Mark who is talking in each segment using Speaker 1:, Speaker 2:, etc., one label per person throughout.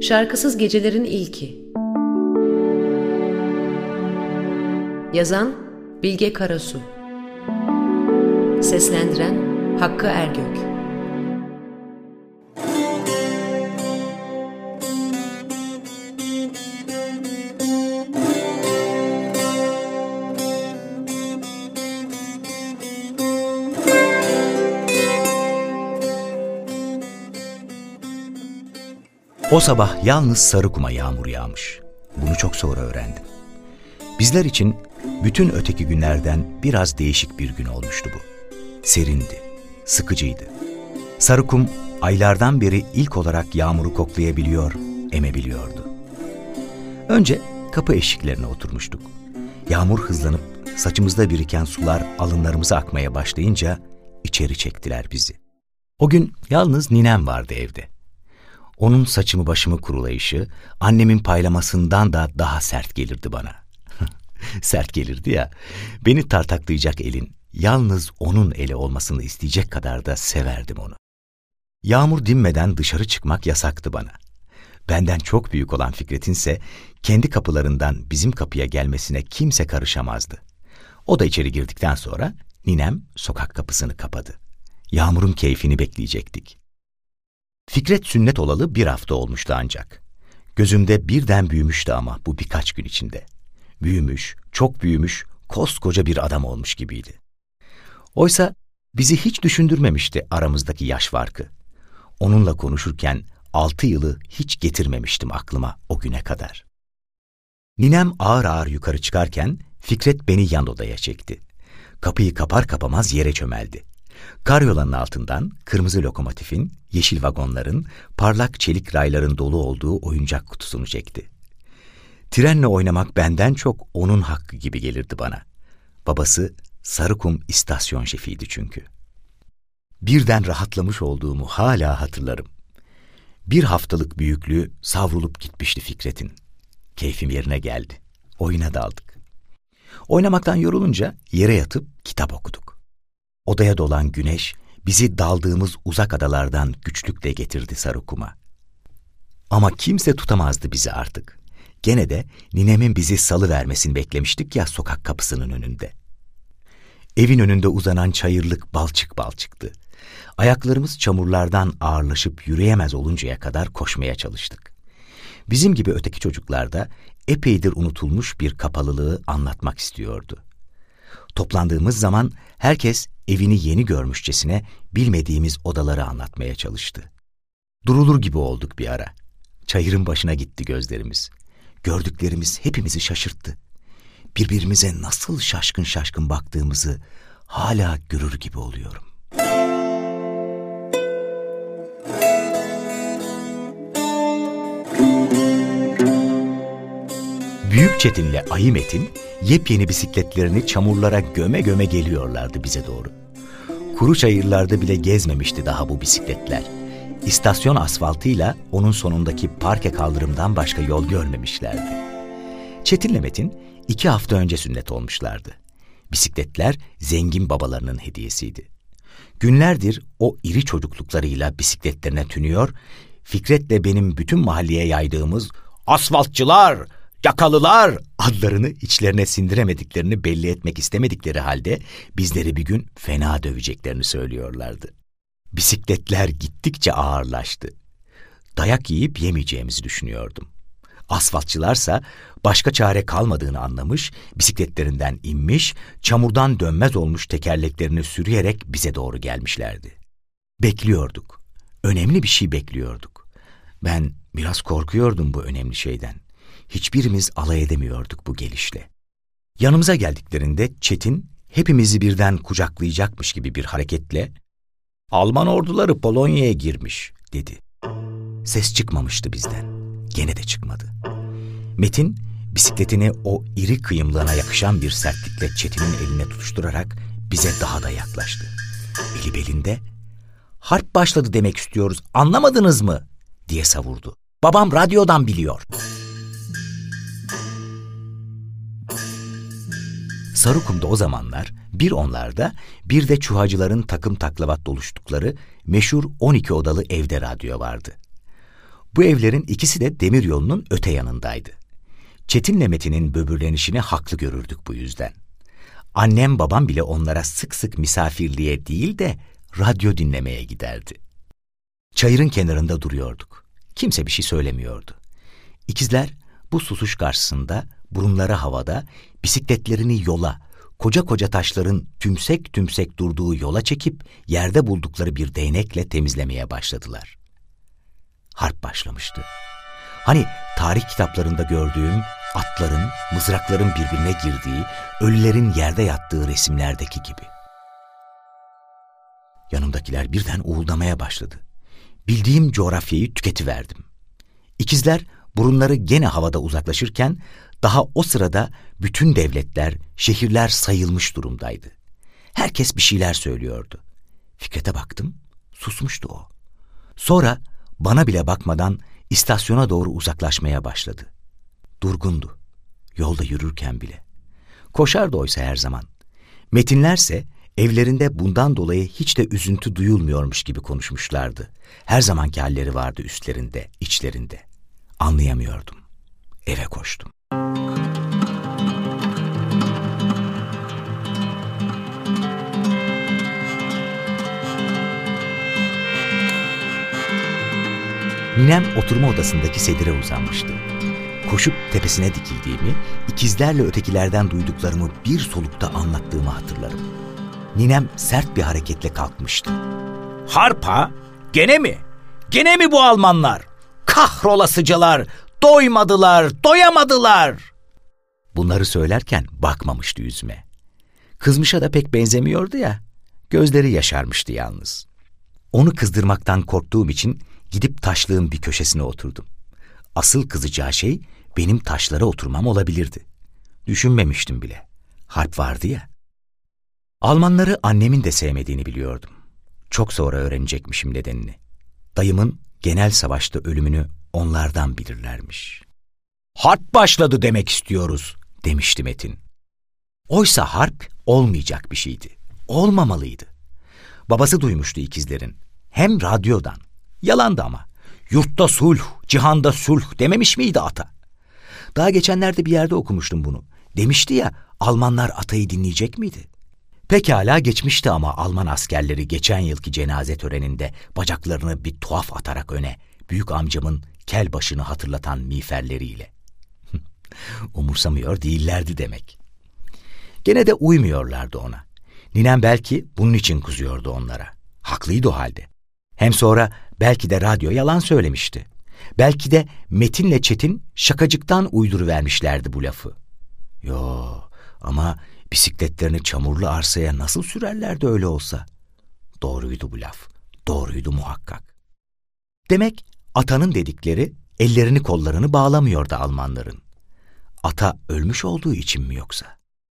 Speaker 1: Şarkısız Gecelerin İlki. Yazan Bilge Karasu. Seslendiren Hakkı Ergök.
Speaker 2: O sabah yalnız Sarıkum'a yağmur yağmış. Bunu çok sonra öğrendim. Bizler için bütün öteki günlerden biraz değişik bir gün olmuştu bu. Serindi, sıkıcıydı. Sarıkum aylardan beri ilk olarak yağmuru koklayabiliyor, emebiliyordu. Önce kapı eşiklerine oturmuştuk. Yağmur hızlanıp saçımızda biriken sular alınlarımıza akmaya başlayınca içeri çektiler bizi. O gün yalnız ninem vardı evde. Onun saçımı başımı kurulayışı, annemin paylamasından da daha sert gelirdi bana. Sert gelirdi ya, beni tartaklayacak elin, yalnız onun eli olmasını isteyecek kadar da severdim onu. Yağmur dinmeden dışarı çıkmak yasaktı bana. Benden çok büyük olan Fikret'in ise kendi kapılarından bizim kapıya gelmesine kimse karışamazdı. O da içeri girdikten sonra ninem sokak kapısını kapadı. Yağmurun keyfini bekleyecektik. Fikret sünnet olalı 1 hafta olmuştu ancak. Gözümde birden büyümüştü ama bu birkaç gün içinde. Büyümüş, çok büyümüş, koskoca bir adam olmuş gibiydi. Oysa bizi hiç düşündürmemişti aramızdaki yaş farkı. Onunla konuşurken 6 yılı hiç getirmemiştim aklıma o güne kadar. Ninem ağır ağır yukarı çıkarken Fikret beni yan odaya çekti. Kapıyı kapar kapamaz yere çömeldi. Karyolanın altından kırmızı lokomotifin, yeşil vagonların, parlak çelik rayların dolu olduğu oyuncak kutusunu çekti. Trenle oynamak benden çok onun hakkı gibi gelirdi bana. Babası Sarıkum istasyon şefiydi çünkü. Birden rahatlamış olduğumu hala hatırlarım. 1 haftalık büyüklüğü savrulup gitmişti Fikret'in. Keyfim yerine geldi. Oyuna daldık. Oynamaktan yorulunca yere yatıp kitap okuduk. Odaya dolan güneş bizi daldığımız uzak adalardan güçlükle getirdi Sarıkum'a. Ama kimse tutamazdı bizi artık. Gene de ninemin bizi salıvermesini beklemiştik ya sokak kapısının önünde. Evin önünde uzanan çayırlık balçık balçıktı. Ayaklarımız çamurlardan ağırlaşıp yürüyemez oluncaya kadar koşmaya çalıştık. Bizim gibi öteki çocuklar da epeydir unutulmuş bir kapalılığı anlatmak istiyordu. Toplandığımız zaman herkes evini yeni görmüşçesine bilmediğimiz odaları anlatmaya çalıştı. Durulur gibi olduk bir ara. Çayırın başına gitti gözlerimiz. Gördüklerimiz hepimizi şaşırttı. Birbirimize nasıl şaşkın şaşkın baktığımızı hala görür gibi oluyorum. Büyük Çetin'le Ayı Metin yepyeni bisikletlerini çamurlara göme göme geliyorlardı bize doğru. Kuru çayırlarda bile gezmemişti daha bu bisikletler. İstasyon asfaltıyla onun sonundaki parke kaldırımdan başka yol görmemişlerdi. Çetin'le Metin 2 hafta önce sünnet olmuşlardı. Bisikletler zengin babalarının hediyesiydi. Günlerdir o iri çocukluklarıyla bisikletlerine tünüyor, Fikret'le benim bütün mahalleye yaydığımız asfaltçılar, yakalılar adlarını içlerine sindiremediklerini belli etmek istemedikleri halde bizleri bir gün fena döveceklerini söylüyorlardı. Bisikletler gittikçe ağırlaştı. Dayak yiyip yemeyeceğimizi düşünüyordum. Asfaltçılarsa başka çare kalmadığını anlamış, bisikletlerinden inmiş, çamurdan dönmez olmuş tekerleklerini sürüyerek bize doğru gelmişlerdi. Bekliyorduk. Önemli bir şey bekliyorduk. Ben biraz korkuyordum bu önemli şeyden. Hiçbirimiz alay edemiyorduk bu gelişle. Yanımıza geldiklerinde Çetin hepimizi birden kucaklayacakmış gibi bir hareketle "Alman orduları Polonya'ya girmiş," dedi. Ses çıkmamıştı bizden. Gene de çıkmadı. Metin bisikletini o iri kıyımlığına yakışan bir sertlikle Çetin'in eline tutuşturarak bize daha da yaklaştı. Eli belinde "Harp başladı demek istiyoruz, anlamadınız mı?" diye savurdu. "Babam radyodan biliyor." Sarıkum'da o zamanlar bir onlarda bir de çuhacıların takım taklavat doluştukları meşhur 12 odalı evde radyo vardı. Bu evlerin ikisi de demiryolunun öte yanındaydı. Çetin'le Metin'in böbürlenişini haklı görürdük bu yüzden. Annem babam bile onlara sık sık misafirliğe değil de radyo dinlemeye giderdi. Çayırın kenarında duruyorduk. Kimse bir şey söylemiyordu. İkizler bu susuş karşısında burunları havada, bisikletlerini yola, koca koca taşların tümsek tümsek durduğu yola çekip yerde buldukları bir değnekle temizlemeye başladılar. Harp başlamıştı. Hani tarih kitaplarında gördüğüm atların, mızrakların birbirine girdiği, ölülerin yerde yattığı resimlerdeki gibi. Yanımdakiler birden uğuldamaya başladı. Bildiğim coğrafyayı tüketiverdim. İkizler burunları gene havada uzaklaşırken daha o sırada bütün devletler, şehirler sayılmış durumdaydı. Herkes bir şeyler söylüyordu. Fikret'e baktım, susmuştu o. Sonra bana bile bakmadan istasyona doğru uzaklaşmaya başladı. Durgundu, yolda yürürken bile. Koşardı oysa her zaman. Metinlerse evlerinde bundan dolayı hiç de üzüntü duyulmuyormuş gibi konuşmuşlardı. Her zamanki halleri vardı üstlerinde, içlerinde. Anlayamıyordum. Eve koştum. Ninem oturma odasındaki sedire uzanmıştı. Koşup tepesine dikildiğimi, ikizlerle ötekilerden duyduklarımı bir solukta anlattığımı hatırlarım. Ninem sert bir hareketle kalkmıştı. "Harpa? Gene mi? Gene mi bu Almanlar? Kahrolasıcalar! Doymadılar, doyamadılar!" Bunları söylerken bakmamıştı yüzüme. Kızmışa da pek benzemiyordu ya, gözleri yaşarmıştı yalnız. Onu kızdırmaktan korktuğum için gidip taşlığın bir köşesine oturdum. Asıl kızacağı şey benim taşlara oturmam olabilirdi. Düşünmemiştim bile. Harp vardı ya. Almanları annemin de sevmediğini biliyordum. Çok sonra öğrenecekmişim nedenini. Dayımın genel savaşta ölümünü onlardan bilirlermiş. "Harp başladı demek istiyoruz," demişti Metin. Oysa harp olmayacak bir şeydi. Olmamalıydı. Babası duymuştu ikizlerin. Hem radyodan. Yalandı ama. "Yurtta sulh, cihanda sulh" dememiş miydi ata? Daha geçenlerde bir yerde okumuştum bunu. Demişti ya, Almanlar atayı dinleyecek miydi? Pekala geçmişti ama Alman askerleri geçen yılki cenaze töreninde bacaklarını bir tuhaf atarak öne, büyük amcamın kel başını hatırlatan miğferleriyle. Umursamıyor değillerdi demek. Gene de uymuyorlardı ona. Ninem belki bunun için kızıyordu onlara. Haklıydı o halde. Hem sonra belki de radyo yalan söylemişti. Belki de Metin'le Çetin şakacıktan uyduruvermişlerdi bu lafı. Yo, ama bisikletlerini çamurlu arsaya nasıl sürerlerdi öyle olsa? Doğruydu bu laf. Doğruydu muhakkak. Demek atanın dedikleri ellerini kollarını bağlamıyordu Almanların. Ata ölmüş olduğu için mi yoksa?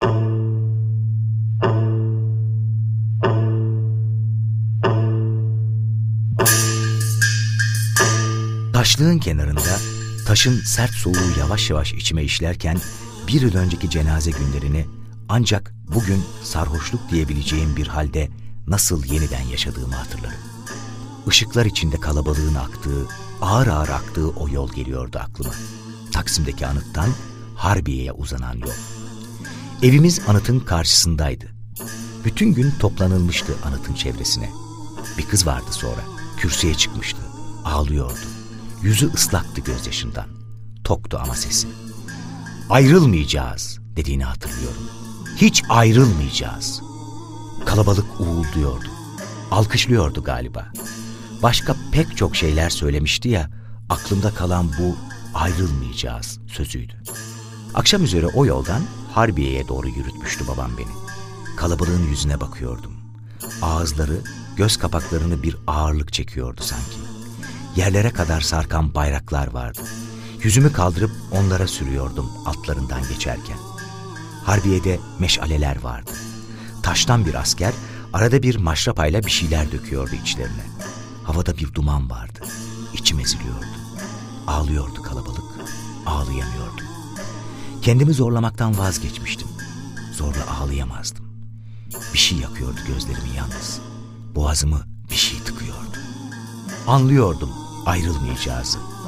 Speaker 2: Taşlığın kenarında taşın sert soğuğu yavaş yavaş içime işlerken bir yıl önceki cenaze günlerini ancak bugün sarhoşluk diyebileceğim bir halde nasıl yeniden yaşadığımı hatırlarım. Işıklar içinde kalabalığın aktığı, ağır ağır aktığı o yol geliyordu aklıma. Taksim'deki anıttan Harbiye'ye uzanan yol. Evimiz anıtın karşısındaydı. Bütün gün toplanılmıştı anıtın çevresine. Bir kız vardı sonra, kürsüye çıkmıştı, ağlıyordu. Yüzü ıslaktı gözyaşından. Toktu ama sesi. "Ayrılmayacağız" dediğini hatırlıyorum. Hiç ayrılmayacağız. Kalabalık uğulduyordu. Alkışlıyordu galiba. Başka pek çok şeyler söylemişti ya, aklımda kalan bu "ayrılmayacağız" sözüydü. Akşam üzere o yoldan Harbiye'ye doğru yürütmüştü babam beni. Kalabalığın yüzüne bakıyordum. Ağızları, göz kapaklarını bir ağırlık çekiyordu sanki. Yerlere kadar sarkan bayraklar vardı. Yüzümü kaldırıp onlara sürüyordum altlarından geçerken. Harbiye'de meşaleler vardı. Taştan bir asker arada bir maşrapayla bir şeyler döküyordu içlerine. Havada bir duman vardı. İçim eziliyordu. Ağlıyordu kalabalık. Ağlayamıyordum. Kendimi zorlamaktan vazgeçmiştim. Zorla ağlayamazdım. Bir şey yakıyordu gözlerimi yalnız. Boğazımı bir şey tıkıyordu. Anlıyordum ayrılmayacağızı.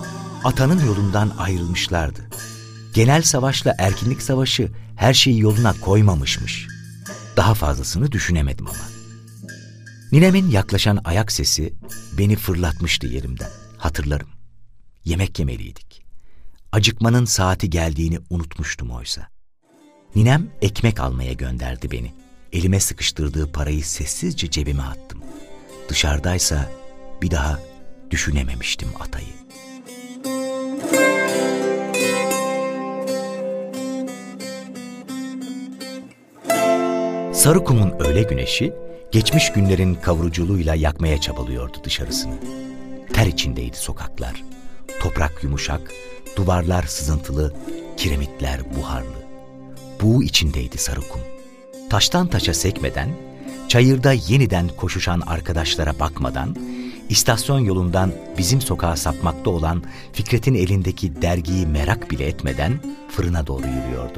Speaker 2: atanın yolundan ayrılmışlardı. Genel savaşla erkinlik savaşı her şeyi yoluna koymamışmış. Daha fazlasını düşünemedim ama. Ninemin yaklaşan ayak sesi beni fırlatmıştı yerimden. Hatırlarım. Yemek yemeliydik. Acıkmanın saati geldiğini unutmuştum oysa. Ninem ekmek almaya gönderdi beni. Elime sıkıştırdığı parayı sessizce cebime attım. Dışarıdaysa bir daha düşünememiştim atayı. Sarıkum'un öğle güneşi geçmiş günlerin kavuruculuğuyla yakmaya çabalıyordu dışarısını. Ter içindeydi sokaklar. Toprak yumuşak, duvarlar sızıntılı, kiremitler buharlı. Buğu içindeydi Sarıkum. Taştan taşa sekmeden, çayırda yeniden koşuşan arkadaşlara bakmadan, istasyon yolundan bizim sokağa sapmakta olan Fikret'in elindeki dergiyi merak bile etmeden fırına doğru yürüyordum.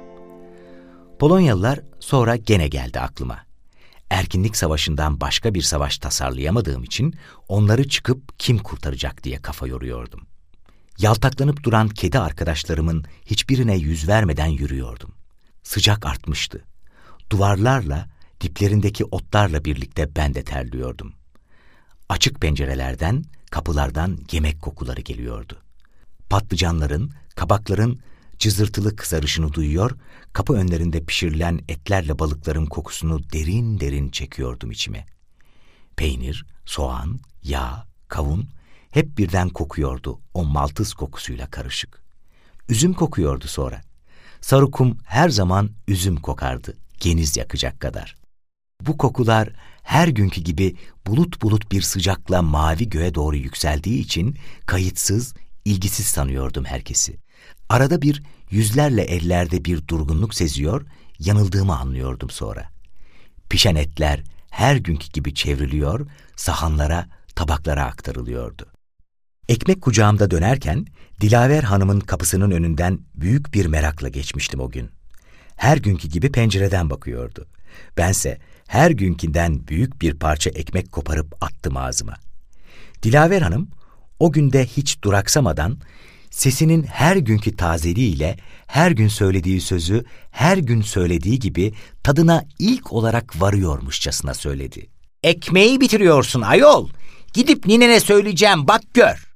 Speaker 2: Polonyalılar sonra gene geldi aklıma. Erkinlik Savaşı'ndan başka bir savaş tasarlayamadığım için onları çıkıp kim kurtaracak diye kafa yoruyordum. Yaltaklanıp duran kedi arkadaşlarımın hiçbirine yüz vermeden yürüyordum. Sıcak artmıştı. Duvarlarla, diplerindeki otlarla birlikte ben de terliyordum. Açık pencerelerden, kapılardan yemek kokuları geliyordu. Patlıcanların, kabakların cızırtılı kızarışını duyuyor, kapı önlerinde pişirilen etlerle balıkların kokusunu derin derin çekiyordum içime. Peynir, soğan, yağ, kavun hep birden kokuyordu o maltız kokusuyla karışık. Üzüm kokuyordu sonra. Sarıkum her zaman üzüm kokardı, geniz yakacak kadar. Bu kokular her günkü gibi bulut bulut bir sıcakla mavi göğe doğru yükseldiği için kayıtsız, ilgisiz sanıyordum herkesi. Arada bir yüzlerle ellerde bir durgunluk seziyor, yanıldığımı anlıyordum sonra. Pişen etler her günkü gibi çevriliyor, sahanlara, tabaklara aktarılıyordu. Ekmek kucağımda dönerken Dilaver Hanım'ın kapısının önünden büyük bir merakla geçmiştim o gün. Her günkü gibi pencereden bakıyordu. Bense her günkinden büyük bir parça ekmek koparıp attım ağzıma. Dilaver Hanım o günde hiç duraksamadan sesinin her günkü tazeliğiyle her gün söylediği sözü her gün söylediği gibi tadına ilk olarak varıyormuşçasına söyledi. "Ekmeği bitiriyorsun ayol. Gidip ninene söyleyeceğim, bak gör."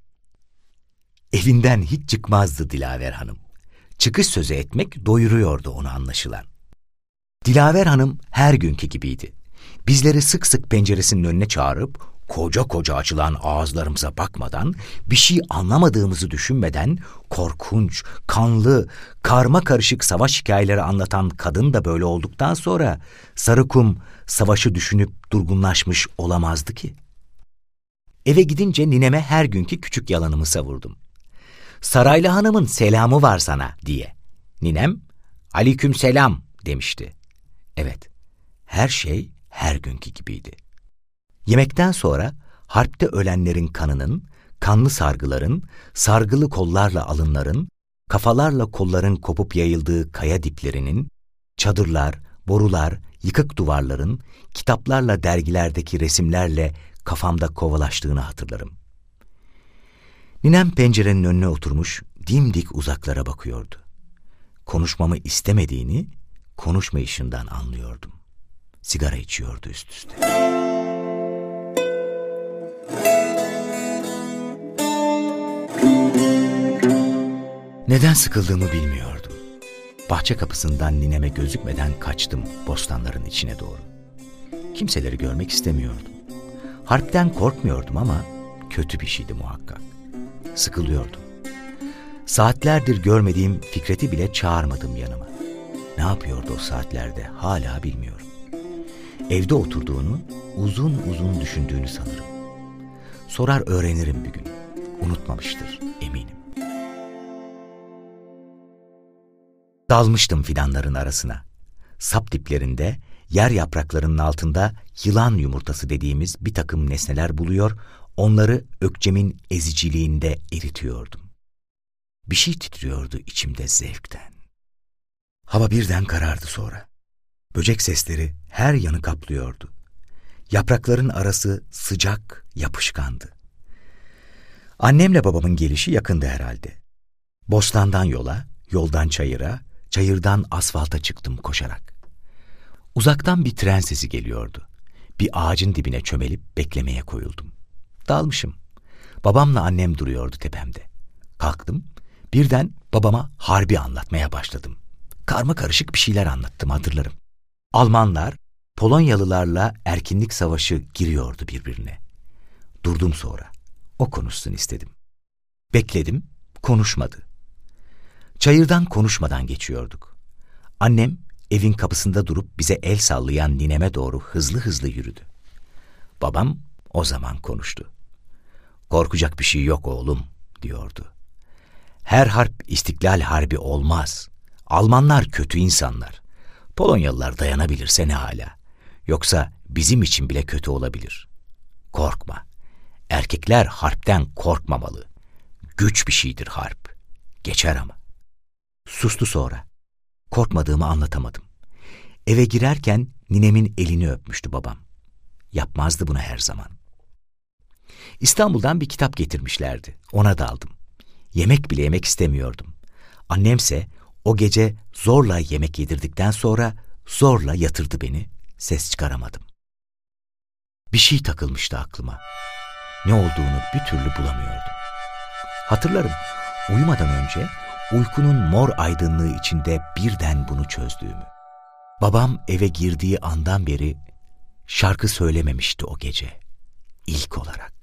Speaker 2: Evinden hiç çıkmazdı Dilaver Hanım. Çıkış sözü etmek doyuruyordu onu anlaşılan. Dilaver Hanım her günkü gibiydi. Bizleri sık sık penceresinin önüne çağırıp koca koca açılan ağızlarımıza bakmadan, bir şey anlamadığımızı düşünmeden korkunç, kanlı, karma karışık savaş hikayeleri anlatan kadın da böyle olduktan sonra Sarıkum savaşı düşünüp durgunlaşmış olamazdı ki. Eve gidince nineme her günkü küçük yalanımı savurdum. "Saraylı hanımın selamı var sana" diye. Ninem, "Aleyküm selam" demişti. Evet, her şey her günkü gibiydi. Yemekten sonra harpte ölenlerin kanının, kanlı sargıların, sargılı kollarla alınların, kafalarla kolların kopup yayıldığı kaya diplerinin, çadırlar, borular, yıkık duvarların, kitaplarla dergilerdeki resimlerle kafamda kovalaştığını hatırlarım. Ninem pencerenin önüne oturmuş, dimdik uzaklara bakıyordu. Konuşmamı istemediğini, konuşmayışından anlıyordum. Sigara içiyordu üst üste. Neden sıkıldığımı bilmiyordum. Bahçe kapısından nineme gözükmeden kaçtım bostanların içine doğru. Kimseleri görmek istemiyordum. Harpten korkmuyordum ama kötü bir şeydi muhakkak. Sıkılıyordum. Saatlerdir görmediğim Fikret'i bile çağırmadım yanıma. Ne yapıyordu o saatlerde hala bilmiyorum. Evde oturduğunu, uzun uzun düşündüğünü sanırım. Sorar öğrenirim bir gün. Unutmamıştır eminim. Dalmıştım fidanların arasına. Sap diplerinde, yer yapraklarının altında yılan yumurtası dediğimiz bir takım nesneler buluyor, onları ökçemin eziciliğinde eritiyordum. Bir şey titriyordu içimde zevkten. Hava birden karardı sonra. Böcek sesleri her yanı kaplıyordu. Yaprakların arası sıcak, yapışkandı. Annemle babamın gelişi yakındı herhalde. Bostandan yola, yoldan çayıra, çayırdan asfalta çıktım koşarak. Uzaktan bir tren sesi geliyordu. Bir ağacın dibine çömelip beklemeye koyuldum. Dalmışım. Babamla annem duruyordu tepemde. Kalktım, birden babama harbi anlatmaya başladım. Karmakarışık bir şeyler anlattım, hatırlarım. Almanlar, Polonyalılarla erkinlik savaşı giriyordu birbirine. Durdum sonra. O konuşsun istedim. Bekledim, konuşmadı. Çayırdan konuşmadan geçiyorduk. Annem evin kapısında durup bize el sallayan nineme doğru hızlı hızlı yürüdü. Babam o zaman konuştu. "Korkacak bir şey yok oğlum," diyordu. "Her harp İstiklal Harbi olmaz. Almanlar kötü insanlar. Polonyalılar dayanabilirse ne hala. Yoksa bizim için bile kötü olabilir. Korkma. Erkekler harpten korkmamalı. Güç bir şeydir harp. Geçer ama." Sustu sonra. Korkmadığımı anlatamadım. Eve girerken ninemin elini öpmüştü babam. Yapmazdı bunu her zaman. İstanbul'dan bir kitap getirmişlerdi. Ona daldım. Yemek bile yemek istemiyordum. Annemse o gece zorla yemek yedirdikten sonra zorla yatırdı beni. Ses çıkaramadım. Bir şey takılmıştı aklıma. Ne olduğunu bir türlü bulamıyordum. Hatırlarım, uyumadan önce uykunun mor aydınlığı içinde birden bunu çözdüğümü. Babam eve girdiği andan beri şarkı söylememişti o gece. İlk olarak.